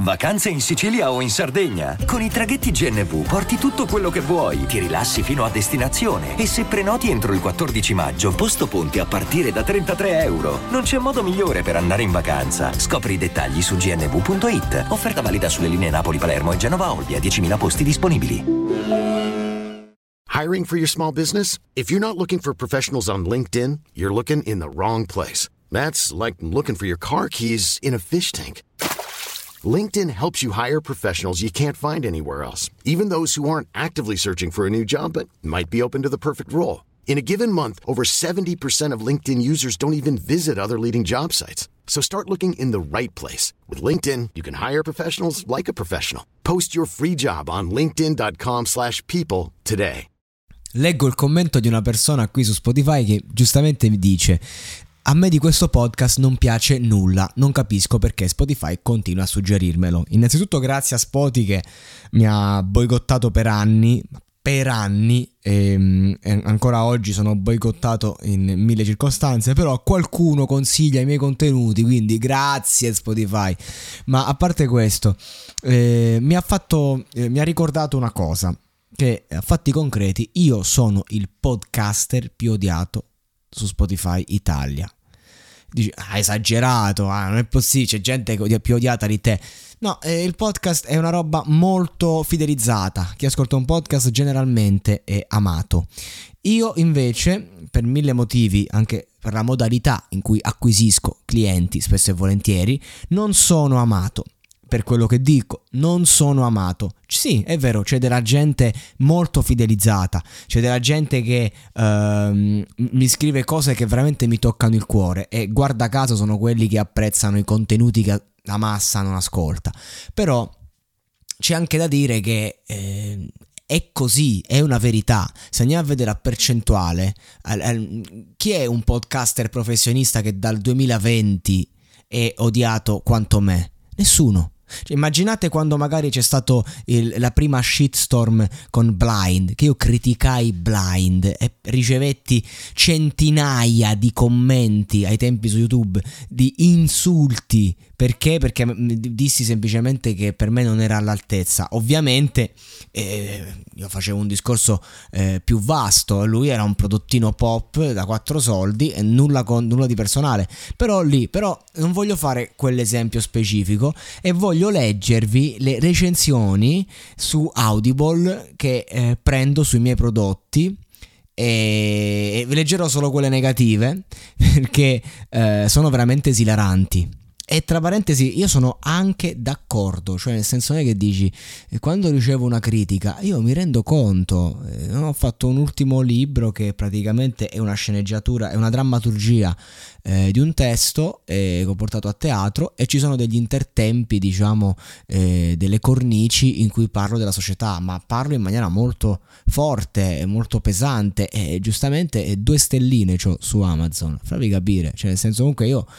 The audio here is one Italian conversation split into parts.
Vacanze in Sicilia o in Sardegna? Con i traghetti GNV porti tutto quello che vuoi, ti rilassi fino a destinazione e se prenoti entro il 14 maggio, posto ponti a partire da €33. Non c'è modo migliore per andare in vacanza. Scopri i dettagli su gnv.it. Offerta valida sulle linee Napoli-Palermo e Genova-Olbia, 10.000 posti disponibili. Hiring for your small business? If you're not looking for professionals on LinkedIn, you're looking in the wrong place. That's like looking for your car keys in a fish tank. LinkedIn helps you hire professionals you can't find anywhere else, even those who aren't actively searching for a new job but might be open to the perfect role. In a given month, over 70% of LinkedIn users don't even visit other leading job sites. So start looking in the right place. With LinkedIn, you can hire professionals like a professional. Post your free job on linkedin.com/people today. Leggo il commento di una persona qui su Spotify che giustamente mi dice: a me di questo podcast non piace nulla, non capisco perché Spotify continua a suggerirmelo. Innanzitutto grazie a Spotify che mi ha boicottato per anni e ancora oggi sono boicottato in 1000 circostanze, però qualcuno consiglia i miei contenuti, quindi grazie Spotify. Ma a parte questo, mi ha ricordato una cosa, che a fatti concreti io sono il podcaster più odiato su Spotify Italia. Dici, esagerato, non è possibile, c'è gente più odiata di te. No, il podcast è una roba molto fidelizzata. Chi ascolta un podcast generalmente è amato. Io invece, per 1000 motivi, anche per la modalità in cui acquisisco clienti spesso e volentieri, non sono amato. Per quello che dico, non sono amato. Sì, è vero, c'è della gente molto fidelizzata, c'è della gente che mi scrive cose che veramente mi toccano il cuore e guarda caso sono quelli che apprezzano i contenuti che la massa non ascolta. Però c'è anche da dire che è così, è una verità. Se andiamo a vedere la percentuale, chi è un podcaster professionista che dal 2020 è odiato quanto me? Nessuno. Cioè, immaginate quando magari c'è stato la prima shitstorm con Blind, che io criticai Blind e ricevetti centinaia di commenti ai tempi su YouTube di insulti. Perché? Perché dissi semplicemente che per me non era all'altezza. Ovviamente io facevo un discorso più vasto, lui era un prodottino pop da 4 soldi e nulla di personale. Però non voglio fare quell'esempio specifico e voglio leggervi le recensioni su Audible che prendo sui miei prodotti. E vi leggerò solo quelle negative perché sono veramente esilaranti. E tra parentesi, io sono anche d'accordo, cioè nel senso non è che dici, quando ricevo una critica io mi rendo conto. Ho fatto un ultimo libro che praticamente è una sceneggiatura, è una drammaturgia di un testo che ho portato a teatro e ci sono degli intertempi, diciamo, delle cornici in cui parlo della società, ma parlo in maniera molto forte, molto pesante e giustamente 2 stelline c'ho su Amazon, fammi capire, cioè nel senso comunque io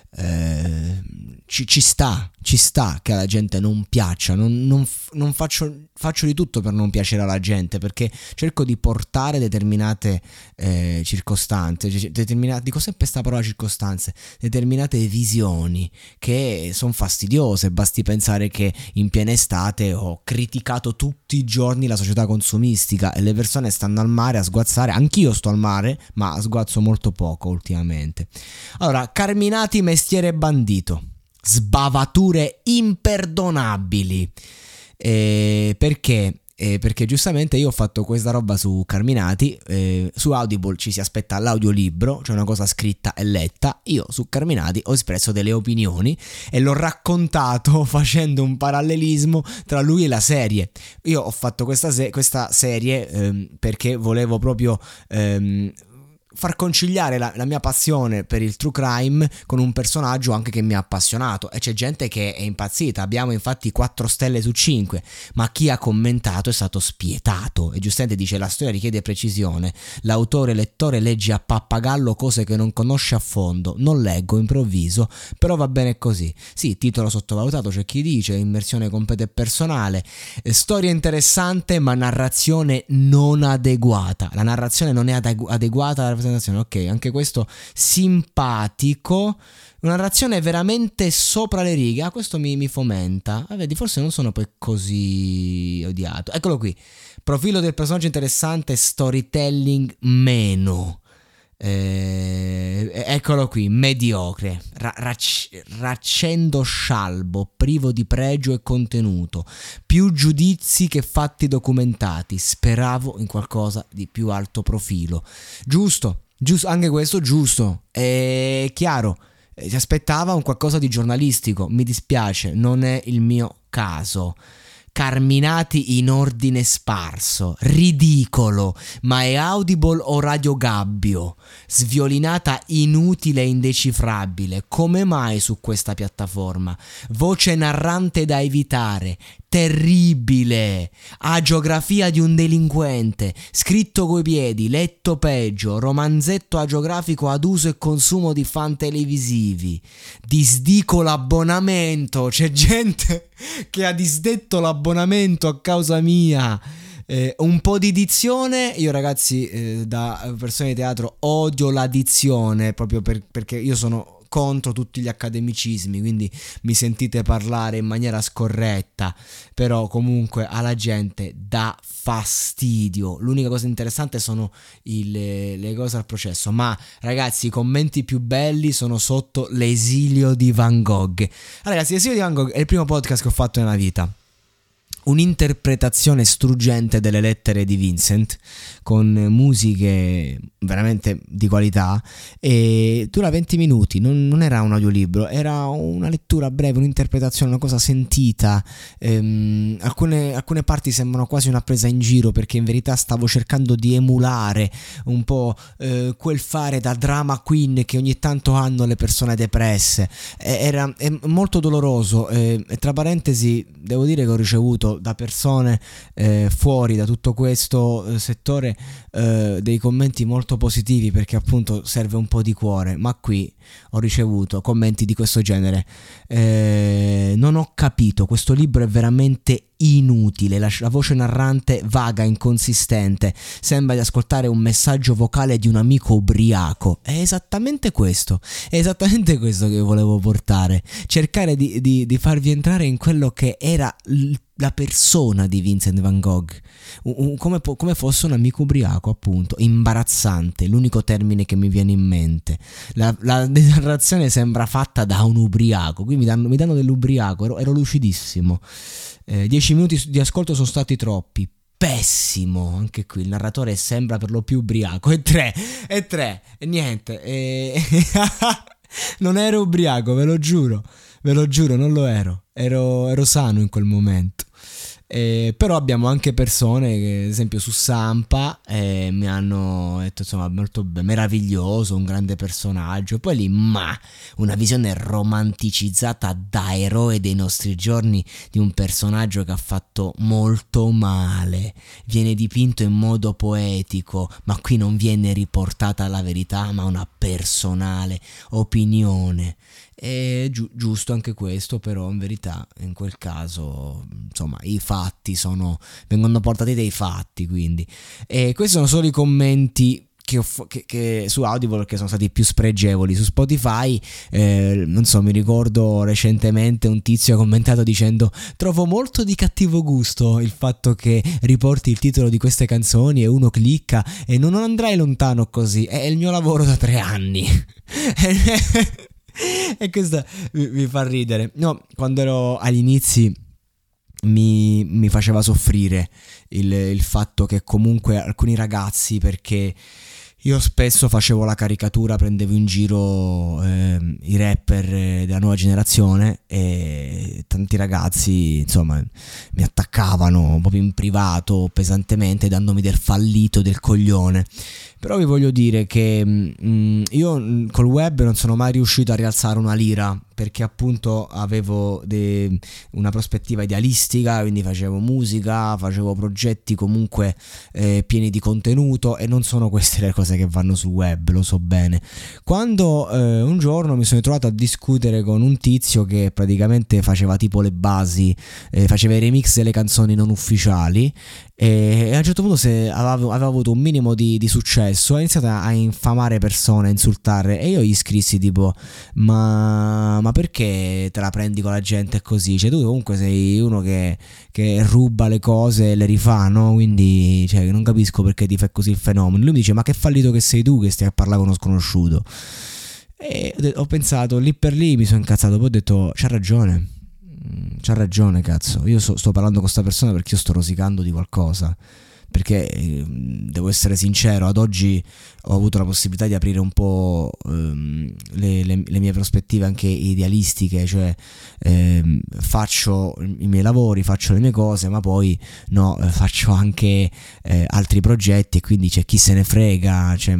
ci sta che alla gente non piaccia, non faccio di tutto per non piacere alla gente, perché cerco di portare determinate circostanze, dico sempre sta parola circostanze, determinate visioni che sono fastidiose. Basti pensare che in piena estate ho criticato tutti i giorni la società consumistica e le persone stanno al mare a sguazzare, anch'io sto al mare ma sguazzo molto poco ultimamente. Allora, Carminati mestiere bandito, sbavature imperdonabili, perché giustamente io ho fatto questa roba su Carminati, su Audible ci si aspetta l'audiolibro, cioè una cosa scritta e letta. Io su Carminati ho espresso delle opinioni e l'ho raccontato facendo un parallelismo tra lui e la serie. Io ho fatto questa serie perché volevo proprio far conciliare la mia passione per il true crime con un personaggio anche che mi ha appassionato, e c'è gente che è impazzita. Abbiamo infatti 4 stelle su 5, ma chi ha commentato è stato spietato e giustamente dice: la storia richiede precisione, l'autore lettore legge a pappagallo cose che non conosce a fondo, non leggo, improvviso, però va bene così. Sì, titolo sottovalutato, c'è chi dice, immersione completa e personale, storia interessante ma narrazione non adeguata. La narrazione non è adeguata alla presentazione, ok, anche questo simpatico, una narrazione veramente sopra le righe, questo mi fomenta. Vedi, forse non sono poi così odiato. Eccolo qui, profilo del personaggio interessante, storytelling meno. Eccolo qui, mediocre, raccendo scialbo, privo di pregio e contenuto, più giudizi che fatti documentati. Speravo in qualcosa di più alto profilo. Giusto, anche questo giusto, è chiaro. Si aspettava un qualcosa di giornalistico, mi dispiace, non è il mio caso. Carminati in ordine sparso, ridicolo, ma è Audible o Radio Gabbio? Sviolinata inutile e indecifrabile, come mai su questa piattaforma? Voce narrante da evitare, terribile, agiografia di un delinquente, scritto coi piedi, letto peggio, romanzetto agiografico ad uso e consumo di fan televisivi. Disdico l'abbonamento, c'è gente che ha disdetto l'abbonamento a causa mia. Un po' di dizione, io ragazzi da persone di teatro odio la dizione proprio perché io sono contro tutti gli accademicismi, quindi mi sentite parlare in maniera scorretta, però comunque alla gente dà fastidio. L'unica cosa interessante sono le cose al processo, ma ragazzi i commenti più belli sono sotto l'esilio di Van Gogh. Ragazzi, l'esilio di Van Gogh è il primo podcast che ho fatto nella vita. Un'interpretazione struggente delle lettere di Vincent con musiche veramente di qualità e dura 20 minuti, non era un audiolibro, era una lettura breve, un'interpretazione, una cosa sentita. Alcune parti sembrano quasi una presa in giro, perché in verità stavo cercando di emulare un po' quel fare da drama queen che ogni tanto hanno le persone depresse. È molto doloroso, e tra parentesi devo dire che ho ricevuto da persone fuori da tutto questo settore dei commenti molto positivi, perché appunto serve un po' di cuore, ma qui ho ricevuto commenti di questo genere. Non ho capito, questo libro è veramente inutile, la voce narrante vaga, inconsistente, sembra di ascoltare un messaggio vocale di un amico ubriaco. È esattamente questo che volevo portare, cercare di farvi entrare in quello che era la persona di Vincent Van Gogh, come fosse un amico ubriaco, appunto. Imbarazzante, l'unico termine che mi viene in mente. La narrazione sembra fatta da un ubriaco, qui mi danno dell'ubriaco, ero lucidissimo. 10 minuti di ascolto sono stati troppi. Pessimo, anche qui il narratore sembra per lo più ubriaco. E tre, e niente. Non ero ubriaco, ve lo giuro, non lo ero sano in quel momento. Però abbiamo anche persone che, ad esempio su Sampa, mi hanno detto insomma molto meraviglioso, un grande personaggio. Poi lì una visione romanticizzata da eroe dei nostri giorni di un personaggio che ha fatto molto male, viene dipinto in modo poetico, ma qui non viene riportata la verità ma una personale opinione. È giusto anche questo, però in verità in quel caso insomma i fatti vengono portati dei fatti, quindi questi sono solo i commenti che su Audible, che sono stati più spregevoli. Su Spotify non so, mi ricordo recentemente un tizio ha commentato dicendo: trovo molto di cattivo gusto il fatto che riporti il titolo di queste canzoni e uno clicca e non andrai lontano così, è il mio lavoro da 3 anni. E questo mi fa ridere. No, quando ero agli inizi mi faceva soffrire il fatto che comunque alcuni ragazzi, perché io spesso facevo la caricatura, prendevo in giro i rapper della nuova generazione, e tanti ragazzi insomma mi attaccavano proprio in privato pesantemente, dandomi del fallito, del coglione. Però vi voglio dire che io col web non sono mai riuscito a rialzare una lira, perché appunto avevo una prospettiva idealistica, quindi facevo musica, facevo progetti comunque pieni di contenuto, e non sono queste le cose che vanno sul web, lo so bene. Quando un giorno mi sono trovato a discutere con un tizio che praticamente faceva tipo le basi, faceva i remix delle canzoni non ufficiali, E a un certo punto, se avevo avuto un minimo di successo, ho iniziato a infamare persone, a insultare, e io gli scrissi tipo ma perché te la prendi con la gente così? Cioè tu comunque sei uno che ruba le cose e le rifà, no? Quindi cioè, non capisco perché ti fai così il fenomeno. Lui mi dice ma che fallito che sei tu che stai a parlare con uno sconosciuto. E ho pensato lì per lì, mi sono incazzato, poi ho detto c'ha ragione, cazzo, io sto parlando con questa persona perché io sto rosicando di qualcosa, perché devo essere sincero, ad oggi ho avuto la possibilità di aprire un po' le mie prospettive anche idealistiche, cioè faccio i miei lavori, faccio le mie cose, ma poi no, faccio anche altri progetti, e quindi c'è chi se ne frega, cioè,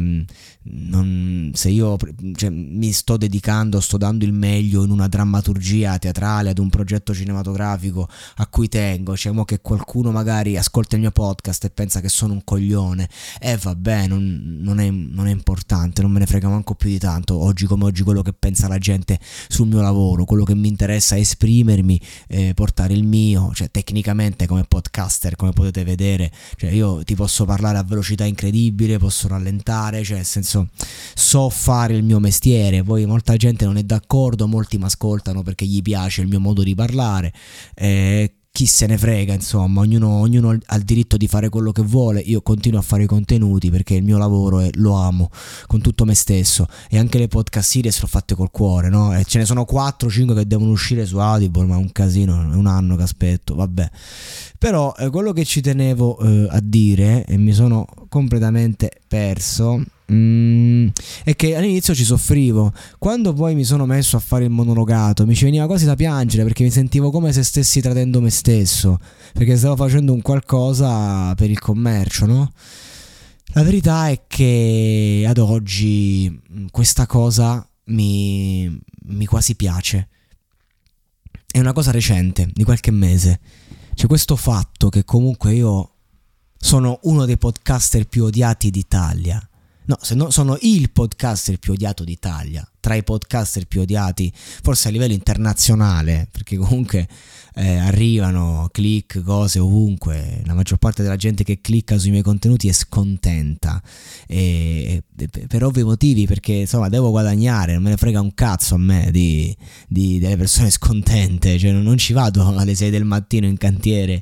se io mi sto dedicando, sto dando il meglio in una drammaturgia teatrale, ad un progetto cinematografico a cui tengo, cioè mo che qualcuno magari ascolta il mio podcast e pensa che sono un coglione, vabbè, non è importante, non me ne frega manco più di tanto oggi come oggi quello che pensa la gente sul mio lavoro. Quello che mi interessa è esprimermi, portare il mio, cioè tecnicamente come podcaster, come potete vedere, cioè io ti posso parlare a velocità incredibile, posso rallentare, cioè nel senso so fare il mio mestiere. Poi molta gente non è d'accordo, molti mi ascoltano perché gli piace il mio modo di parlare, chi se ne frega, insomma, ognuno ha il diritto di fare quello che vuole. Io continuo a fare i contenuti perché il mio lavoro lo amo con tutto me stesso, e anche le podcast series l'ho fatte col cuore, no? E ce ne sono 4-5 che devono uscire su Audible, ma è un casino, è un anno che aspetto, vabbè. Però quello che ci tenevo a dire, e mi sono completamente perso, è che all'inizio ci soffrivo. Quando poi mi sono messo a fare il monologato mi ci veniva quasi da piangere, perché mi sentivo come se stessi tradendo me stesso, perché stavo facendo un qualcosa per il commercio, no? La verità è che ad oggi questa cosa mi quasi piace. È una cosa recente, di qualche mese. C'è questo fatto che comunque io sono uno dei podcaster più odiati d'Italia. No, se no, sono il podcaster più odiato d'Italia, tra i podcaster più odiati forse a livello internazionale, perché comunque arrivano click, cose ovunque, la maggior parte della gente che clicca sui miei contenuti è scontenta, per ovvi motivi, perché insomma devo guadagnare, non me ne frega un cazzo a me delle persone scontente, cioè non ci vado alle 6 del mattino in cantiere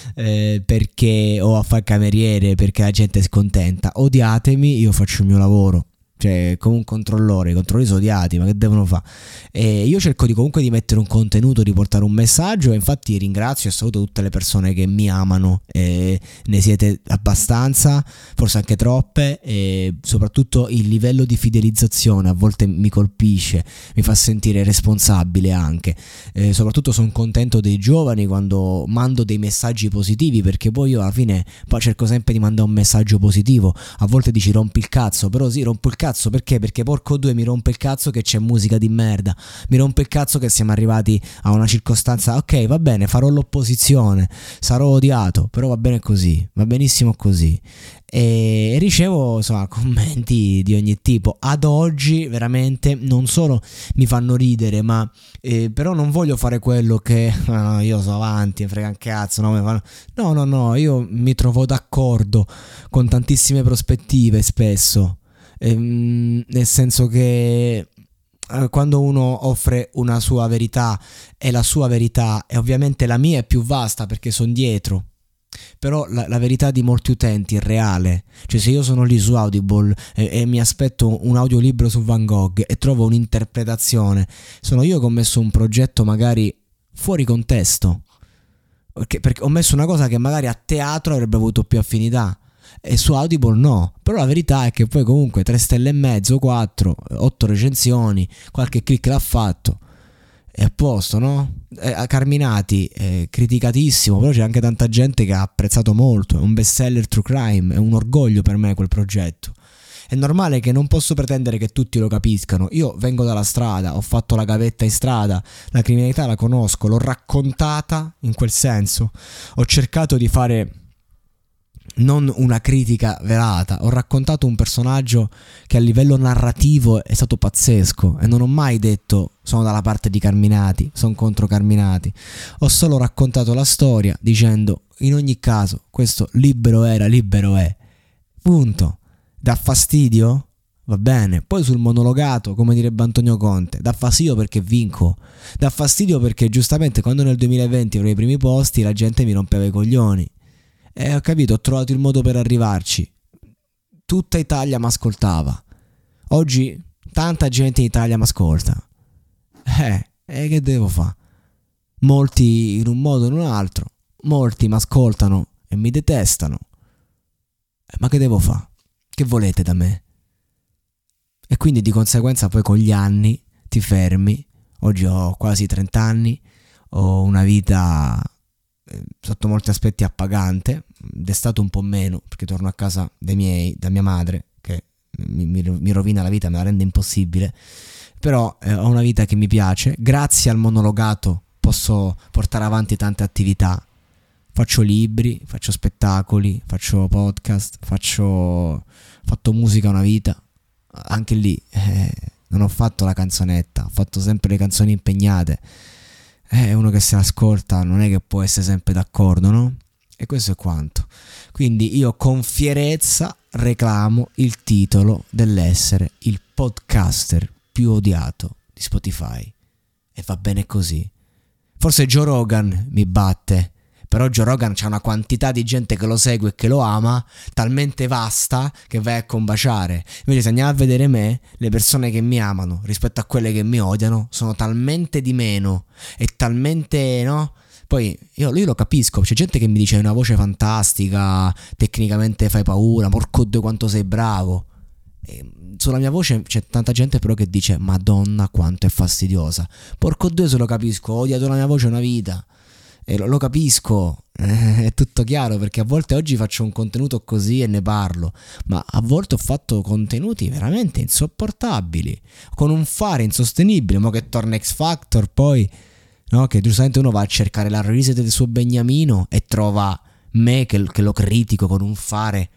perché o a fare cameriere perché la gente è scontenta. Odiatemi, io faccio il mio lavoro, cioè come un controllore. I controllori sono odiati, ma che devono fare? Io cerco comunque di mettere un contenuto, di portare un messaggio, e infatti ringrazio e saluto tutte le persone che mi amano, ne siete abbastanza, forse anche troppe, e soprattutto il livello di fidelizzazione a volte mi colpisce, mi fa sentire responsabile anche, soprattutto sono contento dei giovani quando mando dei messaggi positivi, perché poi io alla fine poi cerco sempre di mandare un messaggio positivo. A volte dici rompi il cazzo, però sì, rompo il cazzo perché porco due mi rompe il cazzo che c'è musica di merda, mi rompe il cazzo che siamo arrivati a una circostanza, ok va bene, farò l'opposizione, sarò odiato, però va bene così, va benissimo così, e ricevo insomma commenti di ogni tipo. Ad oggi veramente non solo mi fanno ridere, ma però non voglio fare quello che io sono avanti, mi frega un cazzo, no, io mi trovo d'accordo con tantissime prospettive spesso, nel senso che quando uno offre una sua verità, è la sua verità, e ovviamente la mia è più vasta perché sono dietro, però la verità di molti utenti è reale. Cioè se io sono lì su Audible e mi aspetto un audiolibro su Van Gogh e trovo un'interpretazione, sono io che ho messo un progetto magari fuori contesto, perché ho messo una cosa che magari a teatro avrebbe avuto più affinità e su Audible no. Però la verità è che poi comunque 3 stelle e mezzo, 4, 8 recensioni, qualche click l'ha fatto, è a posto, no? Carminati, criticatissimo, però c'è anche tanta gente che ha apprezzato molto, è un bestseller true crime, è un orgoglio per me quel progetto. È normale che non posso pretendere che tutti lo capiscano. Io vengo dalla strada, ho fatto la gavetta in strada, la criminalità la conosco, l'ho raccontata in quel senso, ho cercato di fare non una critica velata, ho raccontato un personaggio che a livello narrativo è stato pazzesco, e non ho mai detto sono dalla parte di Carminati, sono contro Carminati, ho solo raccontato la storia dicendo in ogni caso, questo libero era, libero è. Punto. Dà fastidio? Va bene. Poi sul monologato, come direbbe Antonio Conte, dà fastidio perché vinco. Dà fastidio perché giustamente quando nel 2020 ero ai primi posti la gente mi rompeva i coglioni. E ho capito, ho trovato il modo per arrivarci. Tutta Italia mi ascoltava. Oggi tanta gente in Italia mi ascolta. Che devo fare? Molti in un modo o in un altro. Molti mi ascoltano e mi detestano. Ma che devo fare? Che volete da me? E quindi di conseguenza poi con gli anni ti fermi. Oggi ho quasi 30 anni, ho una vita sotto molti aspetti appagante, d'estate un po' meno perché torno a casa dai miei, da mia madre che mi rovina la vita, me la rende impossibile, però ho una vita che mi piace, grazie al monologato posso portare avanti tante attività, faccio libri, faccio spettacoli, faccio podcast, ho fatto musica una vita, anche lì non ho fatto la canzonetta, ho fatto sempre le canzoni impegnate. Uno che se l'ascolta non è che può essere sempre d'accordo, no? E questo è quanto. Quindi io con fierezza reclamo il titolo dell'essere il podcaster più odiato di Spotify. E va bene così. Forse Joe Rogan mi batte, però Joe Rogan c'ha una quantità di gente che lo segue e che lo ama talmente vasta che vai a combaciare. Invece se andiamo a vedere me, le persone che mi amano rispetto a quelle che mi odiano sono talmente di meno e talmente, no? Poi io lo capisco, c'è gente che mi dice hai una voce fantastica, tecnicamente fai paura, porco Dio quanto sei bravo. E sulla mia voce c'è tanta gente però che dice Madonna quanto è fastidiosa. Porco Dio se lo capisco, ho odiato la mia voce una vita. E lo capisco, è tutto chiaro, perché a volte oggi faccio un contenuto così e ne parlo, ma a volte ho fatto contenuti veramente insopportabili, con un fare insostenibile, mo che torna X Factor poi, no? Che giustamente uno va a cercare la reset del suo Beniamino e trova me che lo critico con un fare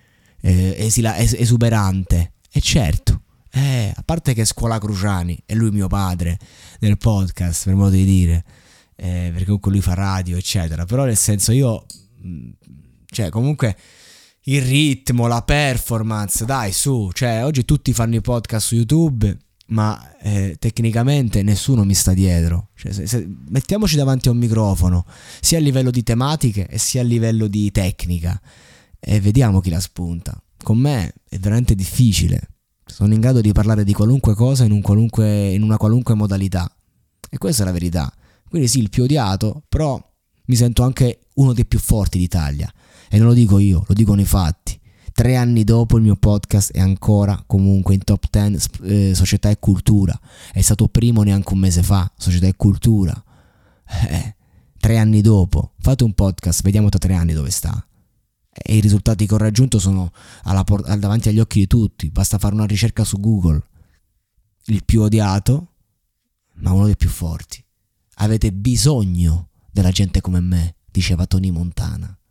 esuberante. E certo, a parte che è Scuola Cruciani, è lui mio padre del podcast, per modo di dire, perché comunque lui fa radio eccetera, però nel senso io cioè comunque il ritmo, la performance, dai su, cioè oggi tutti fanno i podcast su YouTube ma tecnicamente nessuno mi sta dietro, cioè, se mettiamoci davanti a un microfono sia a livello di tematiche e sia a livello di tecnica e vediamo chi la spunta. Con me è veramente difficile, sono in grado di parlare di qualunque cosa in una qualunque modalità e questa è la verità. Quindi sì, il più odiato, però mi sento anche uno dei più forti d'Italia. E non lo dico io, lo dicono i fatti. 3 anni dopo il mio podcast è ancora comunque in top 10 Società e Cultura. È stato primo neanche un mese fa, Società e Cultura. 3 anni dopo, fate un podcast, vediamo tra 3 anni dove sta. E i risultati che ho raggiunto sono davanti agli occhi di tutti. Basta fare una ricerca su Google. Il più odiato, ma uno dei più forti. Avete bisogno della gente come me, diceva Tony Montana.